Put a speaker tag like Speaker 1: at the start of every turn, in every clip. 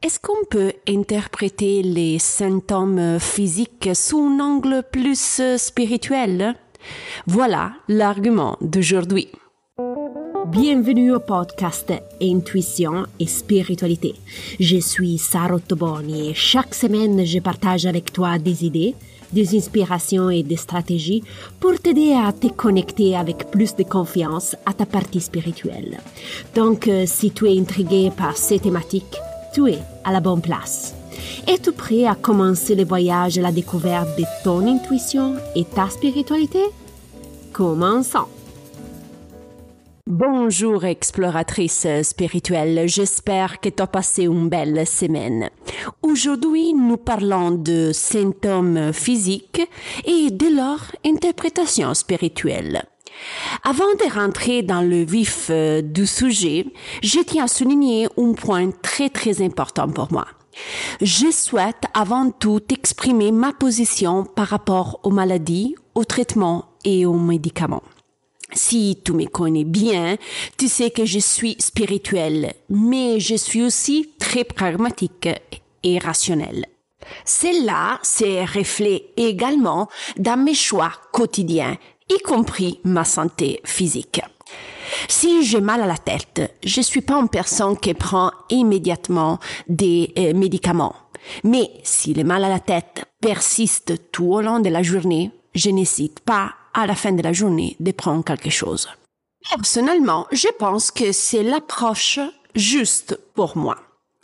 Speaker 1: Est-ce qu'on peut interpréter les symptômes physiques sous un angle plus spirituel? Voilà l'argument d'aujourd'hui.
Speaker 2: Bienvenue au podcast Intuition et Spiritualité. Je suis Sarah Ottoboni et chaque semaine je partage avec toi des idées, des inspirations et des stratégies pour t'aider à te connecter avec plus de confiance à ta partie spirituelle. Donc, si tu es intrigué par ces thématiques, tu es à la bonne place. Es-tu prêt à commencer le voyage à la découverte de ton intuition et ta spiritualité? Commençons!
Speaker 1: Bonjour exploratrice spirituelle, j'espère que tu as passé une belle semaine. Aujourd'hui, nous parlons de symptômes physiques et de leur interprétation spirituelle. Avant de rentrer dans le vif du sujet, je tiens à souligner un point très important pour moi. Je souhaite avant tout exprimer ma position par rapport aux maladies, aux traitements et aux médicaments. Si tu me connais bien, tu sais que je suis spirituelle, mais je suis aussi très pragmatique et rationnelle. Cela se reflète également dans mes choix quotidiens, y compris ma santé physique. Si j'ai mal à la tête, je suis pas une personne qui prend immédiatement des médicaments. Mais si le mal à la tête persiste tout au long de la journée, je n'hésite pas à la fin de la journée de prendre quelque chose. Personnellement, je pense que c'est l'approche juste pour moi.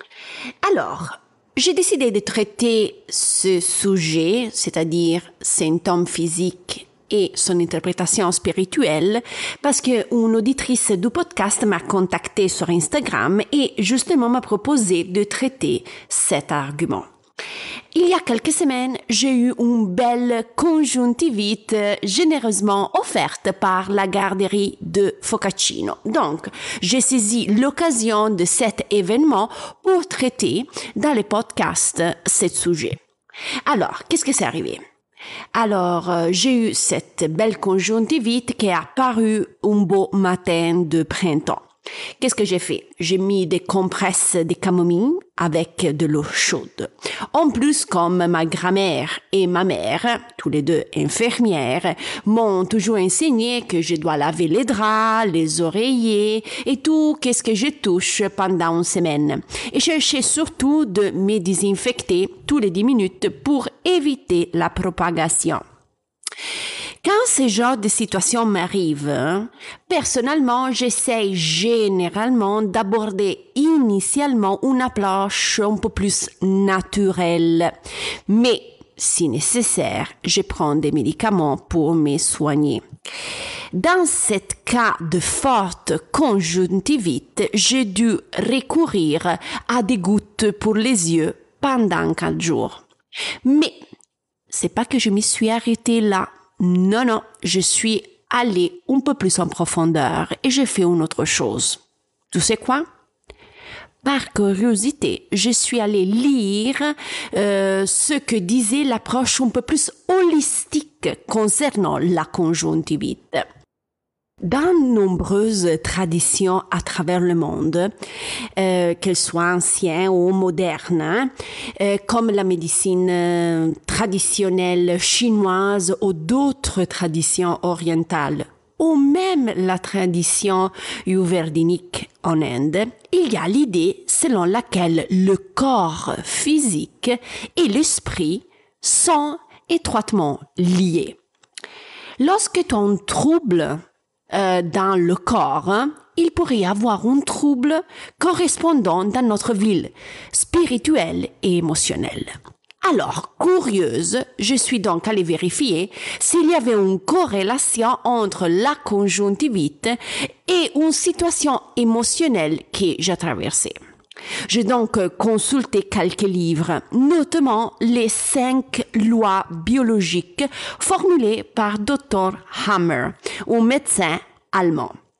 Speaker 1: Alors, j'ai décidé de traiter ce sujet, c'est-à-dire symptômes physiques et son interprétation spirituelle, parce qu'une auditrice du podcast m'a contacté sur Instagram et justement m'a proposé de traiter cet argument. Il y a quelques semaines, j'ai eu une belle conjonctivite généreusement offerte par la garderie de Focaccino. Donc, j'ai saisi l'occasion de cet événement pour traiter dans le podcast ce sujet. Alors, qu'est-ce que c'est arrivé? Alors, j'ai eu cette belle conjonctivite qui est apparue un beau matin de printemps. Qu'est-ce que j'ai fait? J'ai mis des compresses de camomille avec de l'eau chaude. En plus, comme ma grand-mère et ma mère, tous les deux infirmières, m'ont toujours enseigné que je dois laver les draps, les oreillers et tout qu'est-ce que je touche pendant une semaine. Et chercher surtout de me désinfecter tous les 10 minutes pour éviter la propagation. Quand ce genre de situation m'arrive, personnellement, j'essaie généralement d'aborder initialement une approche un peu plus naturelle. Mais, si nécessaire, je prends des médicaments pour me soigner. Dans ce cas de forte conjonctivite, j'ai dû recourir à des gouttes pour les yeux pendant 4 jours. Mais, c'est pas que je me suis arrêtée là. Non, je suis allée un peu plus en profondeur et j'ai fait une autre chose. Tu sais quoi? Par curiosité, je suis allée lire ce que disait l'approche un peu plus holistique concernant la conjonctivite. Dans nombreuses traditions à travers le monde, qu'elles soient anciennes ou modernes, comme la médecine traditionnelle chinoise ou d'autres traditions orientales, ou même la tradition ayurvédique en Inde, il y a l'idée selon laquelle le corps physique et l'esprit sont étroitement liés. Lorsque tu as un trouble dans le corps, il pourrait y avoir un trouble correspondant dans notre vie spirituelle et émotionnelle. Alors, curieuse, je suis donc allée vérifier s'il y avait une corrélation entre la conjonctivite et une situation émotionnelle que j'ai traversée. J'ai donc consulté quelques livres, notamment les 5 lois biologiques formulées par Dr. Hammer, un médecin allemand.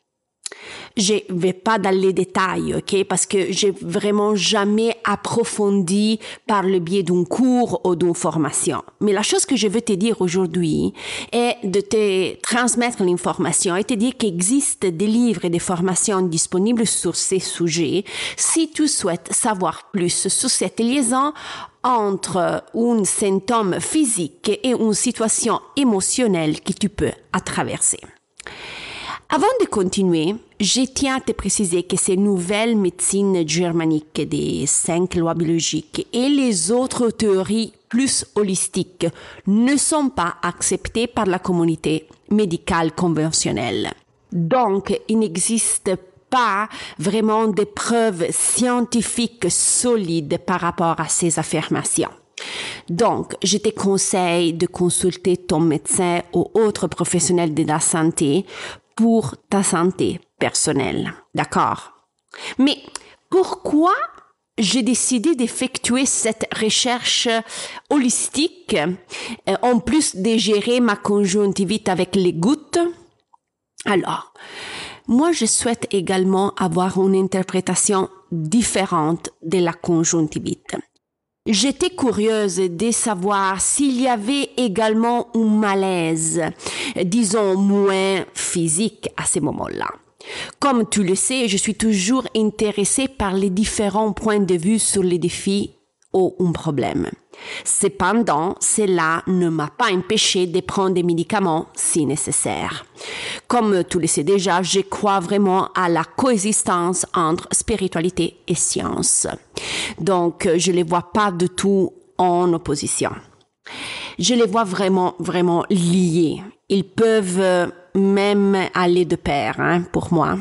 Speaker 1: Je vais pas dans les détails, ok, parce que j'ai vraiment jamais approfondi par le biais d'un cours ou d'une formation. Mais la chose que je veux te dire aujourd'hui est de te transmettre l'information et te dire qu'il existe des livres et des formations disponibles sur ces sujets si tu souhaites savoir plus sur cette liaison entre un symptôme physique et une situation émotionnelle que tu peux traverser. Avant de continuer, je tiens à te préciser que ces nouvelles médecines germaniques des 5 lois biologiques et les autres théories plus holistiques ne sont pas acceptées par la communauté médicale conventionnelle. Donc, il n'existe pas vraiment de preuves scientifiques solides par rapport à ces affirmations. Donc, je te conseille de consulter ton médecin ou autre professionnel de la santé pour ta santé personnelle. D'accord? Mais pourquoi j'ai décidé d'effectuer cette recherche holistique en plus de gérer ma conjonctivite avec les gouttes? Alors, moi, je souhaite également avoir une interprétation différente de la conjonctivite. J'étais curieuse de savoir s'il y avait également un malaise, disons moins physique à ce moment-là. Comme tu le sais, je suis toujours intéressée par les différents points de vue sur les défis ou un problème. Cependant, cela ne m'a pas empêché de prendre des médicaments si nécessaire. Comme tu le sais déjà, je crois vraiment à la coexistence entre spiritualité et science. Donc, je les vois pas du tout en opposition. Je les vois vraiment liés. Ils peuvent même aller de pair, pour moi.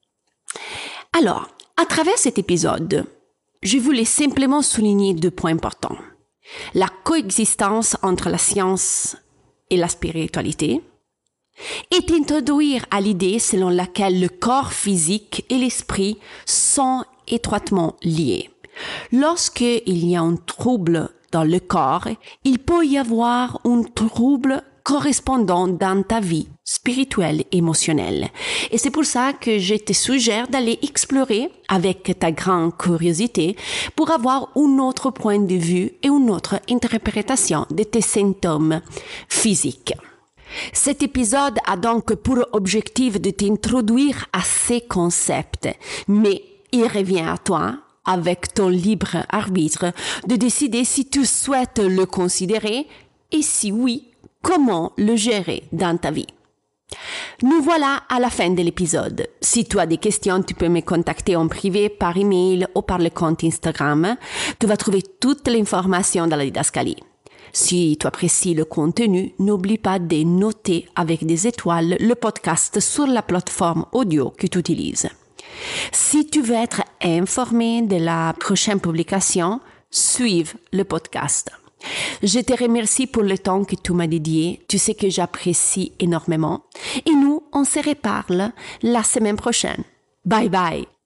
Speaker 1: Alors, à travers cet épisode, je voulais simplement souligner 2 points importants. La coexistence entre la science et la spiritualité et introduire à l'idée selon laquelle le corps physique et l'esprit sont étroitement liés. Lorsqu'il y a un trouble dans le corps, il peut y avoir un trouble correspondant dans ta vie spirituelle et émotionnelle. Et c'est pour ça que je te suggère d'aller explorer avec ta grande curiosité pour avoir un autre point de vue et une autre interprétation de tes symptômes physiques. Cet épisode a donc pour objectif de t'introduire à ces concepts, mais il revient à toi, avec ton libre arbitre, de décider si tu souhaites le considérer et si oui, comment le gérer dans ta vie. Nous voilà à la fin de l'épisode. Si tu as des questions, tu peux me contacter en privé par email ou par le compte Instagram. Tu vas trouver toute l'information dans la didascalie. Si tu apprécies le contenu, n'oublie pas de noter avec des étoiles le podcast sur la plateforme audio que tu utilises. Si tu veux être informé de la prochaine publication, suive le podcast. Je te remercie pour le temps que tu m'as dédié. Tu sais que j'apprécie énormément. Et nous, on se reparle la semaine prochaine. Bye bye.